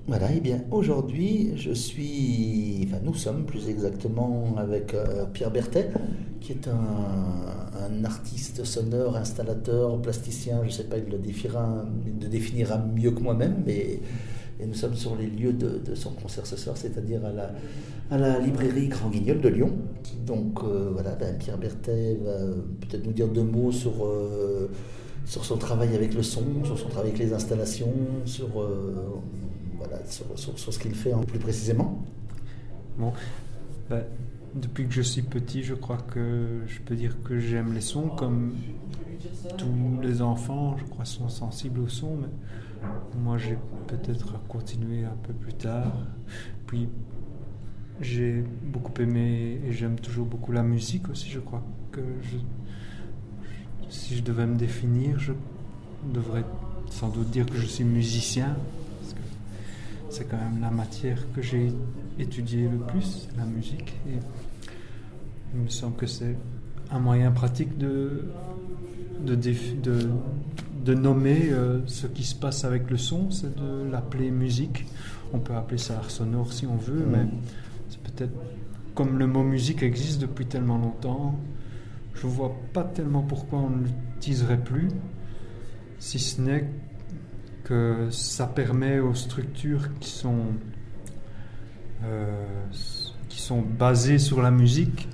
Voilà, et bien aujourd'hui, nous sommes plus exactement avec Pierre Berthet, qui est un artiste sonore, installateur, plasticien, je ne sais pas, il le définira mieux que moi-même, et nous sommes sur les lieux de son concert ce soir, c'est-à-dire à la librairie Grand Guignol de Lyon. Donc Pierre Berthet va peut-être nous dire deux mots sur son travail avec le son, sur son travail avec les installations, sur ce qu'il fait plus précisément. Bon, depuis que je suis petit, je crois que je peux dire que j'aime les sons, comme tous les enfants, je crois, sont sensibles au son, mais moi j'ai peut-être continué un peu plus tard. Puis j'ai beaucoup aimé et j'aime toujours beaucoup la musique aussi. Je crois que si je devais me définir, je devrais sans doute dire que je suis musicien, parce que c'est quand même la matière que j'ai étudiée le plus, la musique. Et il me semble que c'est un moyen pratique de nommer ce qui se passe avec le son, c'est de l'appeler musique. On peut appeler ça art sonore si on veut, mais c'est peut-être, comme le mot musique existe depuis tellement longtemps, je ne vois pas tellement pourquoi on ne l'utiliserait plus, si ce n'est que ça permet aux structures qui sont basées sur la musique,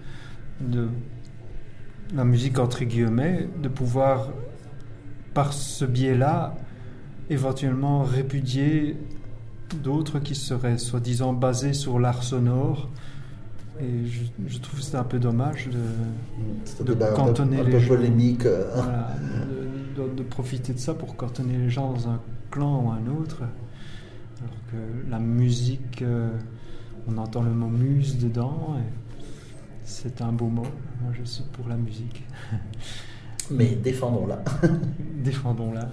la musique entre guillemets, de pouvoir, par ce biais-là, éventuellement répudier d'autres qui seraient soi-disant basées sur l'art sonore. Et je trouve que c'est un peu dommage de cantonner les gens. Polémique. Voilà, de profiter de ça pour cantonner les gens dans un clan ou un autre. Alors que la musique, on entend le mot muse dedans. Et c'est un beau mot. Moi, je suis pour la musique. Mais défendons-la. Défendons-la,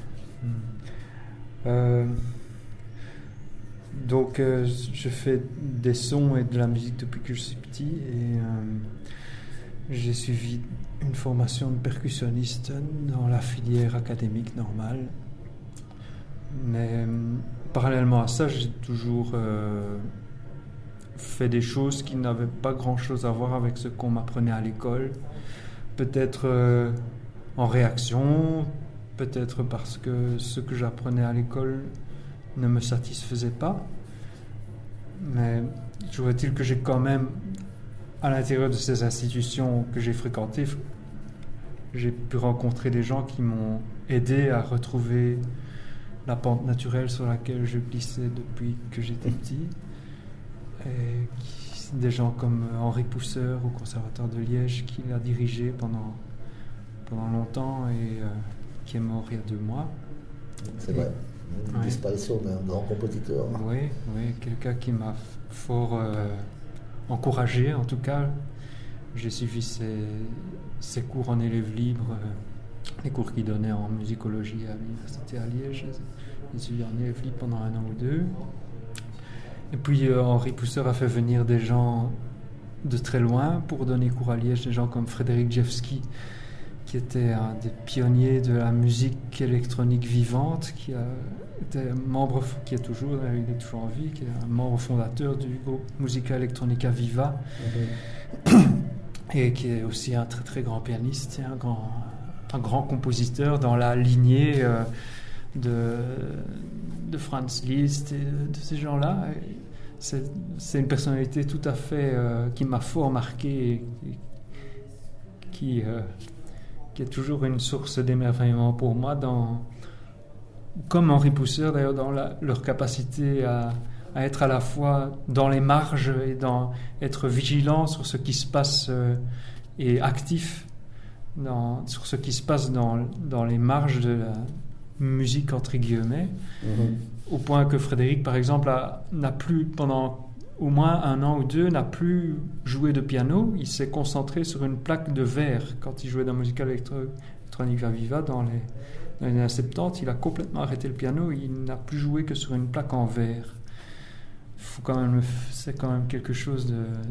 oui. Donc, je fais des sons et de la musique depuis que je suis petit. Et j'ai suivi une formation de percussionniste dans la filière académique normale. Mais parallèlement à ça, j'ai toujours fait des choses qui n'avaient pas grand-chose à voir avec ce qu'on m'apprenait à l'école. Peut-être en réaction, peut-être parce que ce que j'apprenais à l'école ne me satisfaisait pas. Mais toujours est-il que j'ai quand même, à l'intérieur de ces institutions que j'ai fréquentées, j'ai pu rencontrer des gens qui m'ont aidé à retrouver la pente naturelle sur laquelle je glissais depuis que j'étais petit. Et des gens comme Henri Pousseur au Conservatoire de Liège, qui l'a dirigé pendant longtemps et qui est mort il y a 2 mois. C'est vrai, une disparition d'un grand compositeur. Oui, quelqu'un qui m'a fort encouragé, en tout cas. J'ai suivi ses cours en élève libre, les cours qu'il donnait en musicologie à l'université à Liège. J'ai suivi en élève libre pendant 1 an ou 2. Et puis Henri Pousseur a fait venir des gens de très loin pour donner cours à Liège, des gens comme Frédéric Jeffsky, qui était un des pionniers de la musique électronique vivante, qui était membre, qui est toujours, il est toujours en vie, qui est un membre fondateur du groupe Musica Electronica Viva, et qui est aussi un très très grand pianiste et un grand compositeur dans la lignée de Franz Liszt et de ces gens-là. C'est une personnalité tout à fait qui m'a fort marqué et qui est toujours une source d'émerveillement pour moi, comme Henri Pousseur d'ailleurs, dans leur capacité à être à la fois dans les marges et être vigilant sur ce qui se passe et actif sur ce qui se passe dans les marges de la musique entre guillemets, au point que Frédéric par exemple n'a plus, pendant au moins 1 an ou 2, n'a plus joué de piano. Il s'est concentré sur une plaque de verre quand il jouait dans Musica Electronica Viva dans les années 70. Il a complètement arrêté le piano, il n'a plus joué que sur une plaque en verre. C'est quand même quelque chose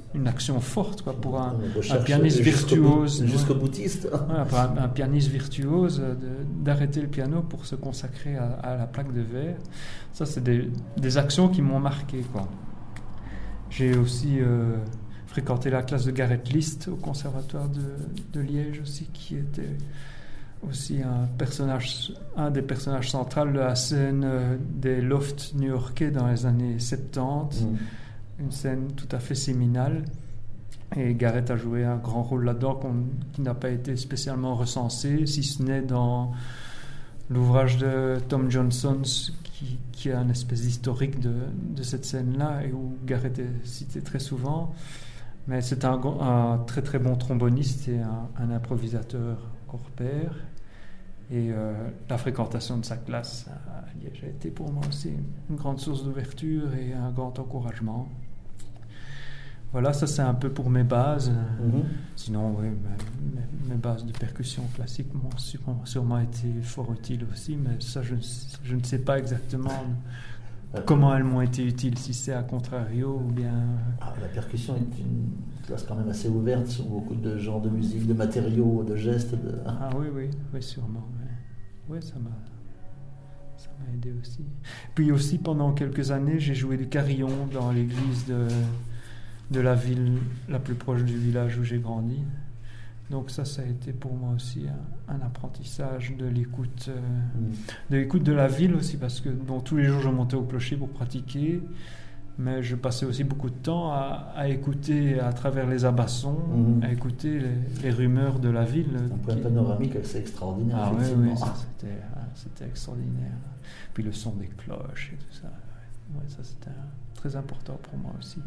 une action forte quoi, pour un recherche pianiste virtuose. Jusqu'au boutiste. Voilà, pour un pianiste virtuose, d'arrêter le piano pour se consacrer à la plaque de verre. Ça, c'est des actions qui m'ont marqué, quoi. J'ai aussi fréquenté la classe de Gareth List au conservatoire de Liège aussi, qui était aussi un des personnages centraux de la scène des lofts new-yorkais dans les années 70. Une scène tout à fait séminale. Et Gareth a joué un grand rôle là-dedans qui n'a pas été spécialement recensé, si ce n'est dans l'ouvrage de Tom Johnson qui a une espèce d'historique de cette scène-là et où Gareth est cité très souvent. Mais c'est un très très bon tromboniste et un improvisateur hors pair. Et la fréquentation de sa classe à Liège a été pour moi aussi une grande source d'ouverture et un grand encouragement. Voilà, ça c'est un peu pour mes bases. Sinon, oui, mes bases de percussion classique m'ont sûrement été fort utiles aussi, mais ça je ne sais pas exactement comment elles m'ont été utiles, si c'est à contrario ou bien... La percussion est une classe quand même assez ouverte sur beaucoup de genres de musique, de matériaux, de gestes. Ah oui, sûrement. Oui, ça m'a aidé aussi. Puis aussi, pendant quelques années, j'ai joué du carillon dans l'église de la ville la plus proche du village où j'ai grandi. Donc ça a été pour moi aussi un apprentissage de l'écoute de la ville aussi, parce que tous les jours je montais au clocher pour pratiquer, mais je passais aussi beaucoup de temps à écouter à travers les abassons, à écouter les rumeurs de la ville. Un point panoramique assez extraordinaire. Ah oui, c'était extraordinaire. Puis le son des cloches et tout ça. Ouais, ça c'était très important pour moi aussi.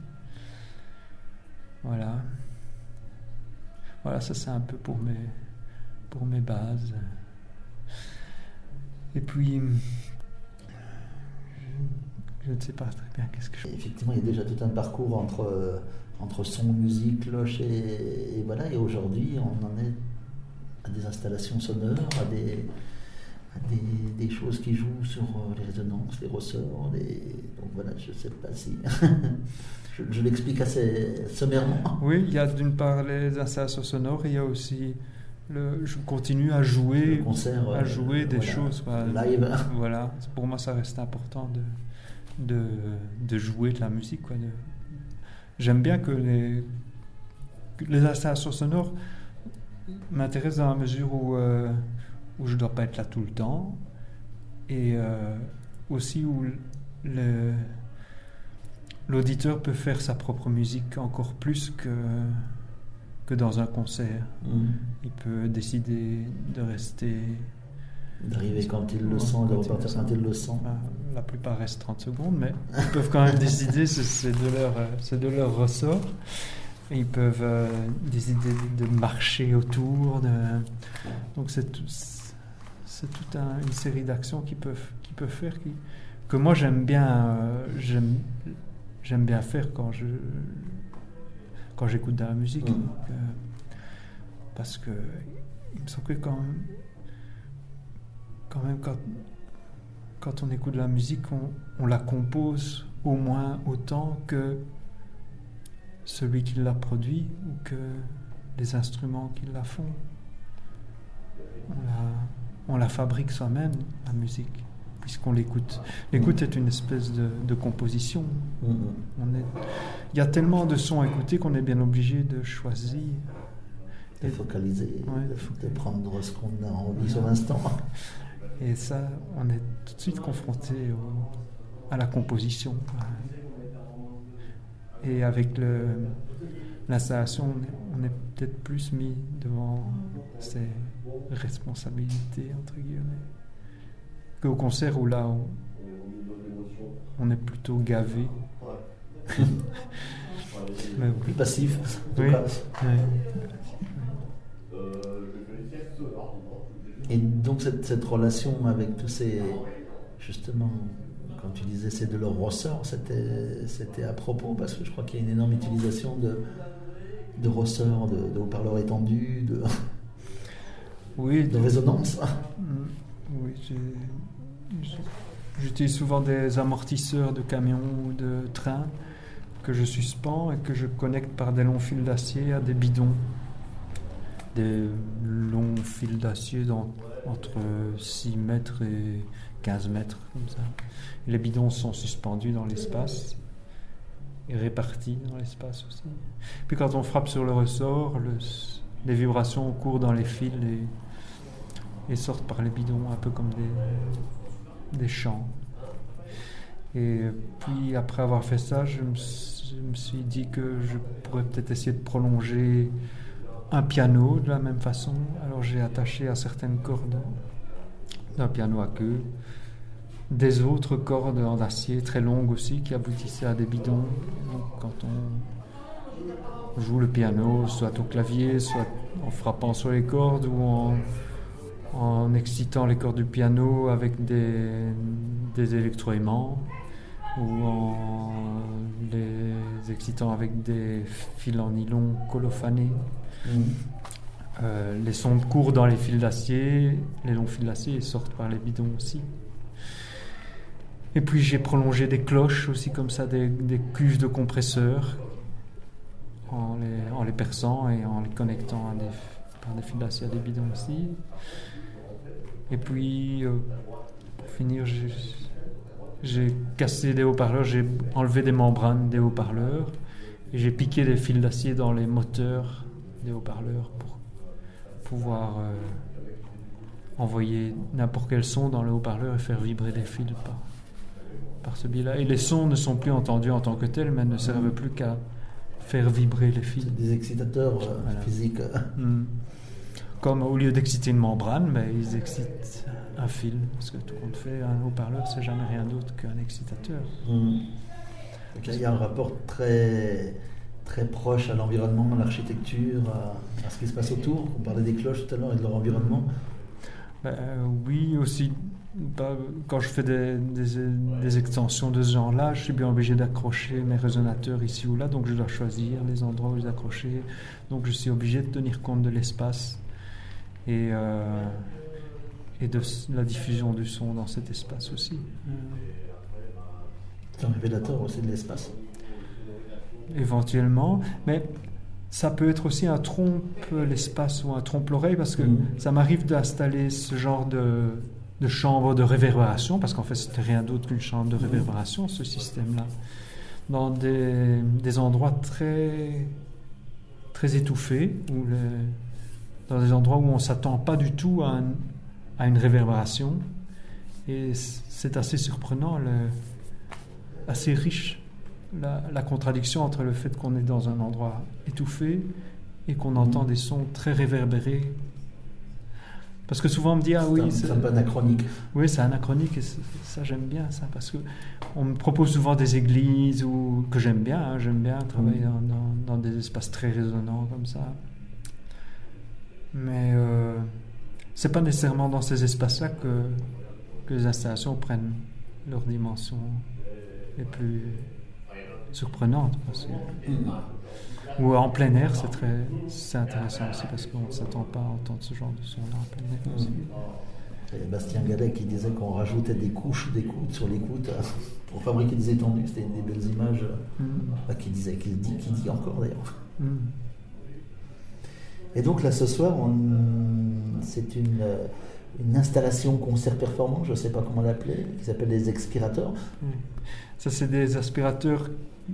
Voilà, ça c'est un peu pour mes bases. Et puis, je ne sais pas très bien qu'est-ce que je... Effectivement, il y a déjà tout un parcours entre son, musique, cloche et voilà. Et aujourd'hui, on en est à des installations sonores, à des choses qui jouent sur les résonances, les ressorts. Donc voilà, je ne sais pas si... Je l'explique assez sommairement. Oui, il y a d'une part les installations sonores et il y a aussi je continue à jouer, des choses. Live. Voilà, pour moi ça reste important de jouer de la musique. J'aime bien que les installations sonores m'intéressent dans la mesure où je ne dois pas être là tout le temps et aussi où l'auditeur peut faire sa propre musique encore plus que dans un concert. Il peut décider de rester... D'arriver quand il le sent, de repartir quand il le sent. La plupart restent 30 secondes, mais ils peuvent quand même décider, c'est de leur ressort. Et ils peuvent décider de marcher autour. Donc c'est toute une série d'actions qu'ils peuvent faire que moi j'aime bien... J'aime bien faire quand j'écoute de la musique. Donc, parce que il me semble que quand même quand on écoute de la musique, on la compose au moins autant que celui qui l'a produit ou que les instruments qui la font. On la fabrique soi-même, la musique, puisqu'on l'écoute. L'écoute est une espèce de composition. Il y a tellement de sons à écouter qu'on est bien obligé de choisir. De focaliser, de prendre ce qu'on a envie sur l'instant. Et ça, on est tout de suite confronté à la composition. Et avec l'installation, on est peut-être plus mis devant ses responsabilités, entre guillemets, qu'au concert où là, on est plutôt gavé. Mais plus passif. Oui. Et donc cette relation avec tous ces... Justement, quand tu disais c'est de leur ressort, c'était à propos, parce que je crois qu'il y a une énorme utilisation de ressorts, de haut-parleurs étendus, de résonance. Oui, j'utilise souvent des amortisseurs de camions ou de trains que je suspends et que je connecte par des longs fils d'acier à des bidons. Des longs fils d'acier entre 6 mètres et 15 mètres, comme ça. Les bidons sont suspendus dans l'espace et répartis dans l'espace aussi. Puis quand on frappe sur le ressort, les vibrations courent dans les fils et sortent par les bidons, un peu comme des chants. Et puis après avoir fait ça, je me suis dit que je pourrais peut-être essayer de prolonger un piano de la même façon. Alors j'ai attaché à certaines cordes d'un piano à queue des autres cordes en acier très longues aussi qui aboutissaient à des bidons. Donc quand on joue le piano, soit au clavier, soit en frappant sur les cordes ou en excitant les cordes du piano avec des électroaimants ou en les excitant avec des fils en nylon colophanés. Les sons courent dans les fils d'acier, les longs fils d'acier sortent par les bidons aussi. Et puis j'ai prolongé des cloches aussi comme ça, des cuves de compresseurs en les perçant et en les connectant par des fils d'acier à des bidons aussi. Et puis pour finir, j'ai cassé des haut-parleurs, j'ai enlevé des membranes des haut-parleurs et j'ai piqué des fils d'acier dans les moteurs des haut-parleurs pour pouvoir envoyer n'importe quel son dans le haut-parleur et faire vibrer des fils par ce biais-là. Et les sons ne sont plus entendus en tant que tels, mais ne servent plus qu'à faire vibrer les fils. C'est des excitateurs physiques. Comme au lieu d'exciter une membrane, mais ils excitent un fil. Parce que tout compte fait, un haut-parleur, c'est jamais rien d'autre qu'un excitateur. Donc, il y a un rapport très, très proche à l'environnement, à l'architecture, à ce qui se passe autour. On parlait des cloches tout à l'heure et de leur environnement. Oui, aussi. Quand je fais des extensions de ce genre-là, je suis bien obligé d'accrocher mes résonateurs ici ou là, donc je dois choisir les endroits où les accrocher. Donc je suis obligé de tenir compte de l'espace et de la diffusion du son dans cet espace aussi. C'est un révélateur aussi de l'espace. Éventuellement, mais ça peut être aussi un trompe-l'espace ou un trompe-l'oreille, parce que ça m'arrive d'installer ce genre de chambre de réverbération, parce qu'en fait c'était rien d'autre qu'une chambre de réverbération, ce système-là, dans des endroits très, très étouffés, dans des endroits où on ne s'attend pas du tout à une réverbération, et c'est assez surprenant, assez riche, la contradiction entre le fait qu'on est dans un endroit étouffé et qu'on entend des sons très réverbérés. Parce que souvent on me dit c'est un peu anachronique. Oui, c'est anachronique et ça j'aime bien ça, parce que on me propose souvent des églises que j'aime bien travailler dans des espaces très résonnants comme ça. Mais c'est pas nécessairement dans ces espaces-là que les installations prennent leurs dimensions les plus surprenantes. Ou en plein air, c'est intéressant aussi, parce qu'on ne s'attend pas à entendre ce genre de son-là en plein air aussi. Il y a Bastien Gallet qui disait qu'on rajoutait des couches d'écoute sur l'écoute pour fabriquer des étendues. C'était des belles images qu'il dit encore d'ailleurs. Et donc là ce soir, c'est une installation concert performant, je ne sais pas comment l'appeler, qui s'appelle les expirateurs. Ça, c'est des aspirateurs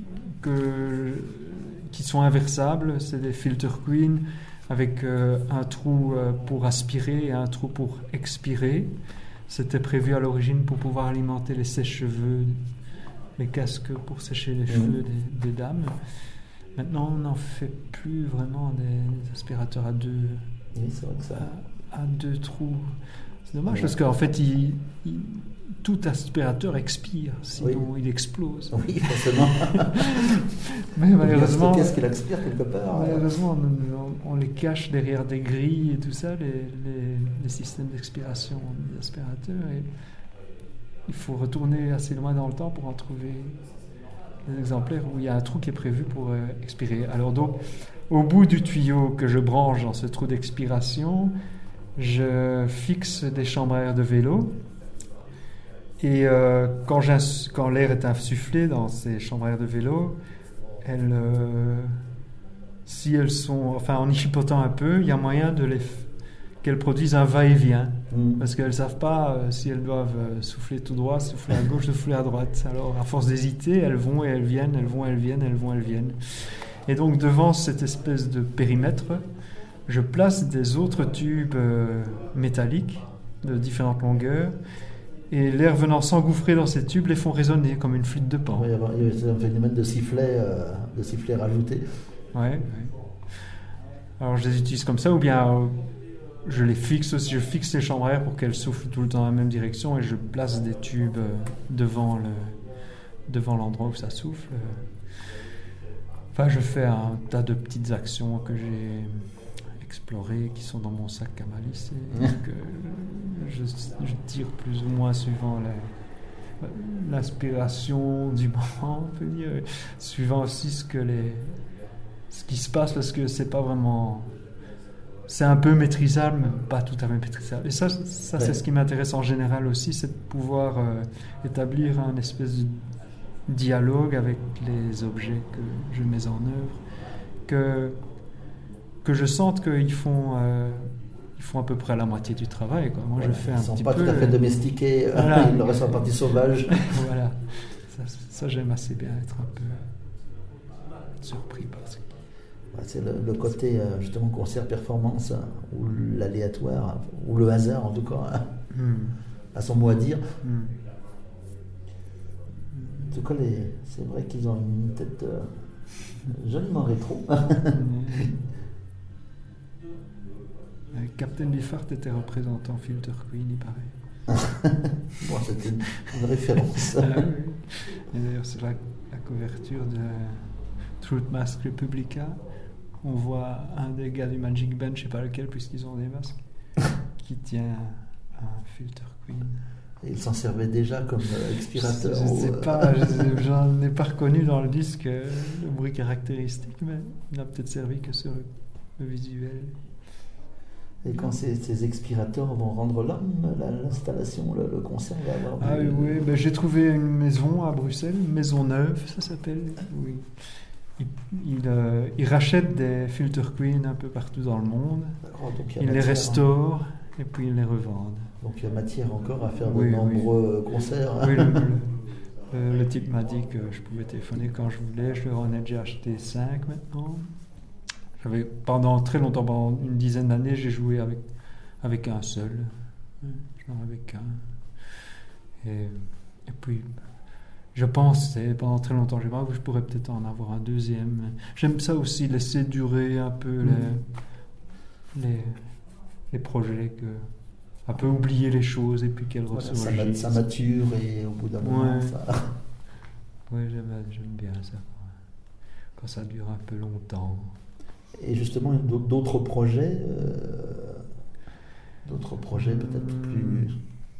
qui sont inversables, c'est des filter queen avec un trou pour aspirer et un trou pour expirer. C'était prévu à l'origine pour pouvoir alimenter les sèche-cheveux, les casques pour sécher les cheveux des dames. Maintenant, on n'en fait plus vraiment des aspirateurs à deux, c'est vrai que ça... à deux trous. C'est dommage parce qu'en fait, tout aspirateur expire, sinon il explose. Oui, forcément. Mais malheureusement, qu'est-ce qu'il aspire quelque part? Malheureusement, on les cache derrière des grilles et tout ça, les systèmes d'expiration des aspirateurs. Et il faut retourner assez loin dans le temps pour en trouver des exemplaires où il y a un trou qui est prévu pour expirer. Alors donc, au bout du tuyau que je branche dans ce trou d'expiration, je fixe des chambres à air de vélo. Et quand l'air est insufflé dans ces chambres à air de vélo, si elles sont, enfin en y chipotant un peu, il y a moyen qu'elles produisent un va-et-vient, parce qu'elles ne savent pas si elles doivent souffler tout droit, souffler à gauche, souffler à droite. Alors à force d'hésiter, elles vont et elles viennent, elles vont, elles viennent, elles vont, elles viennent. Et donc devant cette espèce de périmètre, je place des autres tubes métalliques de différentes longueurs, et l'air venant s'engouffrer dans ces tubes les font résonner comme une flûte de pan. Oui, il y a un phénomène de sifflet rajouté. Ouais. Alors je les utilise comme ça, ou bien je les fixe aussi, je fixe les chambres à air pour qu'elles soufflent tout le temps dans la même direction, et je place des tubes devant l'endroit où ça souffle. Enfin, je fais un tas de petites actions que j'ai explorées, qui sont dans mon sac à malice, et que je tire plus ou moins suivant l'inspiration du moment, on peut dire, suivant aussi ce qui se passe, parce que c'est pas vraiment... C'est un peu maîtrisable, mais pas tout à fait maîtrisable. Et ça c'est ce qui m'intéresse en général aussi, c'est de pouvoir établir un espèce de dialogue avec les objets que je mets en œuvre, que je sente qu'ils font à peu près la moitié du travail, quoi. Moi, je fais un petit peu... Ils ne sont pas tout à fait domestiqués, voilà. Ils leur restent en partie sauvage. Voilà. Ça, j'aime assez bien être un peu surpris par ce c'est le côté justement concert-performance, ou l'aléatoire, ou le hasard en tout cas, a son mot à dire. En tout cas, c'est vrai qu'ils ont une tête joliment rétro. Captain Beefheart était représentant Filter Queen, il paraît. Bon, c'était une référence. Oui. Et d'ailleurs, sur la couverture de Truth Mask Republica, on voit un des gars du Magic Band, je ne sais pas lequel puisqu'ils ont des masques, qui tient un Filter Queen. Et il s'en servait déjà comme expirateur. Je ne sais pas, j'en ai pas reconnu dans le disque le bruit caractéristique, mais il n'a peut-être servi que sur le visuel. Et quand ces expirateurs vont rendre l'âme, l'installation, le concert va avoir... Ah oui, ben, j'ai trouvé une maison à Bruxelles, une maison neuve, ça s'appelle. Oui. Il rachète des Filter Queen un peu partout dans le monde. Il les restaure et puis il les revend. Donc il y a matière encore à faire de nombreux concerts. Oui, le type m'a dit que je pouvais téléphoner quand je voulais. Je leur en ai déjà acheté 5 maintenant. Pendant très longtemps, pendant une dizaine d'années, j'ai joué avec un seul. Je n'en avais qu'un. Et puis, je pensais pendant très longtemps, que je pourrais peut-être en avoir un deuxième. J'aime ça aussi, laisser durer un peu les projets, un peu oublier les choses et puis qu'elles ressurgissent. Ça mature et au bout d'un moment, ça... Oui, j'aime bien ça. Quand ça dure un peu longtemps. Et justement, d'autres projets peut-être plus...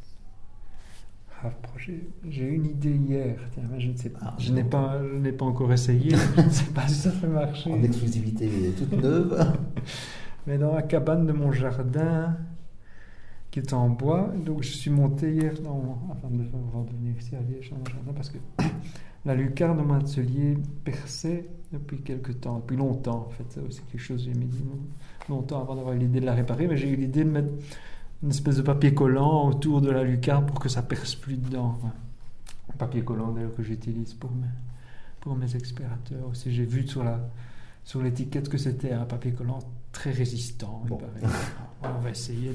J'ai eu une idée hier, tiens, mais je ne sais pas. Je n'ai pas encore essayé, je ne sais pas si ça peut marcher. En exclusivité toute neuve. Mais dans la cabane de mon jardin, qui est en bois, donc je suis monté hier avant de venir ici à Liège dans mon jardin, parce que la lucarne de mon atelier perçait depuis longtemps en fait. C'est aussi quelque chose que j'ai mis longtemps avant d'avoir eu l'idée de la réparer, mais j'ai eu l'idée de mettre une espèce de papier collant autour de la lucarne pour que ça perce plus dedans. Un papier collant d'ailleurs que j'utilise pour mes expirateurs aussi. J'ai vu sur l'étiquette que c'était un papier collant très résistant. Bon. On va essayer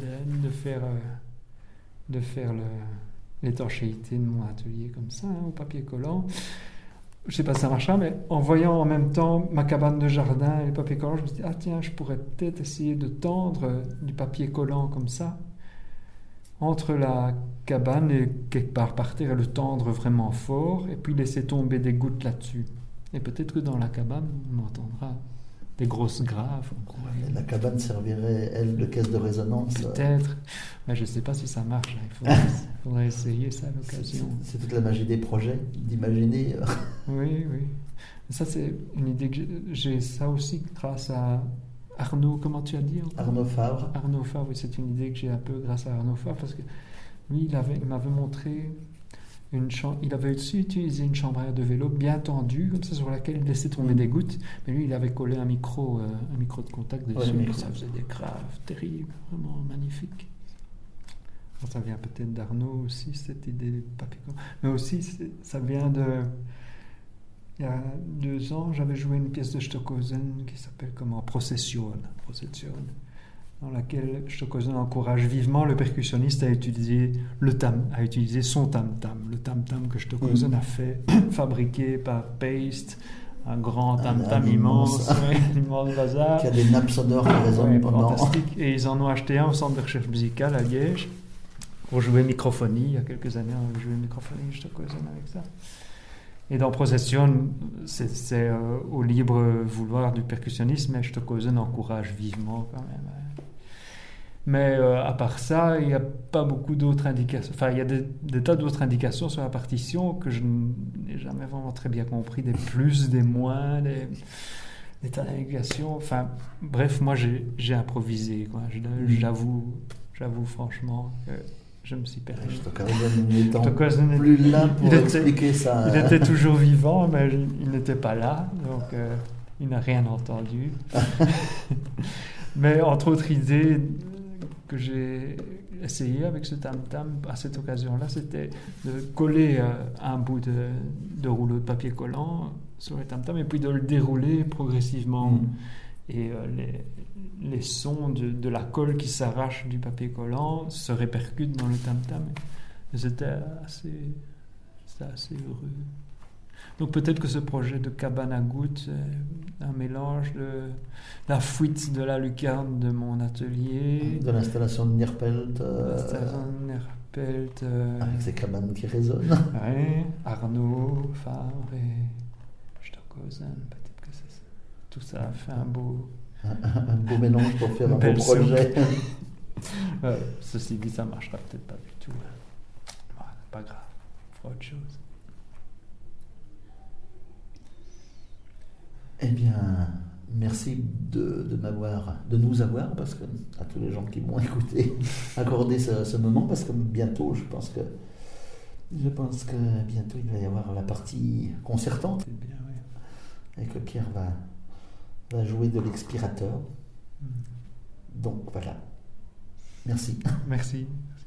de faire l'étanchéité de mon atelier comme ça, au papier collant. Je ne sais pas si ça marchera, mais en voyant en même temps ma cabane de jardin et le papier collant, je me suis dit, tiens, je pourrais peut-être essayer de tendre du papier collant comme ça entre la cabane et quelque part par terre, et le tendre vraiment fort, et puis laisser tomber des gouttes là-dessus. Et peut-être que dans la cabane, on entendra des grosses graves. La cabane servirait, elle, de caisse de résonance. Peut-être, mais je ne sais pas si ça marche. Il faudrait essayer ça à l'occasion. C'est toute la magie des projets, d'imaginer. Oui. Ça, c'est une idée que j'ai ça aussi grâce à Arnaud, comment tu as dit encore ? Arnaud Favre. Arnaud Favre, oui, c'est une idée que j'ai un peu grâce à Arnaud Favre, parce que lui, il m'avait montré il avait aussi utilisé une chambre à air de vélo bien tendue, comme ça, sur laquelle il laissait tomber des gouttes. Mais lui, il avait collé un micro de contact dessus. Ouais, Ça faisait des graves terribles, vraiment magnifiques. Ça vient peut-être d'Arnaud aussi, cette idée de papier collant. Mais aussi, ça vient de... Il y a 2 ans, j'avais joué une pièce de Stockhausen qui s'appelle comment Procession, dans laquelle Stockhausen encourage vivement le percussionniste à utiliser son tam-tam. Le tam-tam que Stockhausen a fait, fabriqué par Paste, un grand tam-tam immense, un immense bazar. Qui a des nappes sonores qui résonnent pendant... Fantastique. Et ils en ont acheté un au centre de recherche musicale à Liège pour jouer microphonie. Il y a quelques années, on avait joué microphonie Stockhausen avec ça. Et dans Procession, c'est au libre vouloir du percussionniste, mais Stockhausen encourage vivement quand même. Mais à part ça, il n'y a pas beaucoup d'autres indications. Enfin, il y a des tas d'autres indications sur la partition que je n'ai jamais vraiment très bien compris. Des plus, des moins, des tas d'indications. Enfin, bref, moi j'ai improvisé, quoi. J'avoue franchement que je me suis perdu. Stockhausen n'est plus là pour expliquer ça. Il était toujours vivant, mais il n'était pas là, donc il n'a rien entendu. Mais entre autres idées que j'ai essayé avec ce tam-tam à cette occasion-là, c'était de coller un bout de rouleau de papier collant sur le tam-tam et puis de le dérouler progressivement. Et les sons de la colle qui s'arrache du papier collant se répercutent dans le tam-tam. Et c'était assez heureux. Donc peut-être que ce projet de cabane à gouttes, un mélange de la fuite de la lucarne de mon atelier, de l'installation de Nierpelt, avec ces cabanes qui résonnent. Ouais, Arnaud, Favre et Stockhausen, peut-être que c'est ça. Tout ça a fait un beau mélange pour faire un beau projet. Ceci dit, ça ne marchera peut-être pas du tout. Voilà, pas grave, on fera autre chose. Eh bien, merci de nous avoir, parce que à tous les gens qui m'ont écouté, accordé ce moment, parce que bientôt, je pense que bientôt il va y avoir la partie concertante. C'est bien, oui. Et que Pierre va jouer de l'expirateur. Donc voilà. Merci. Merci.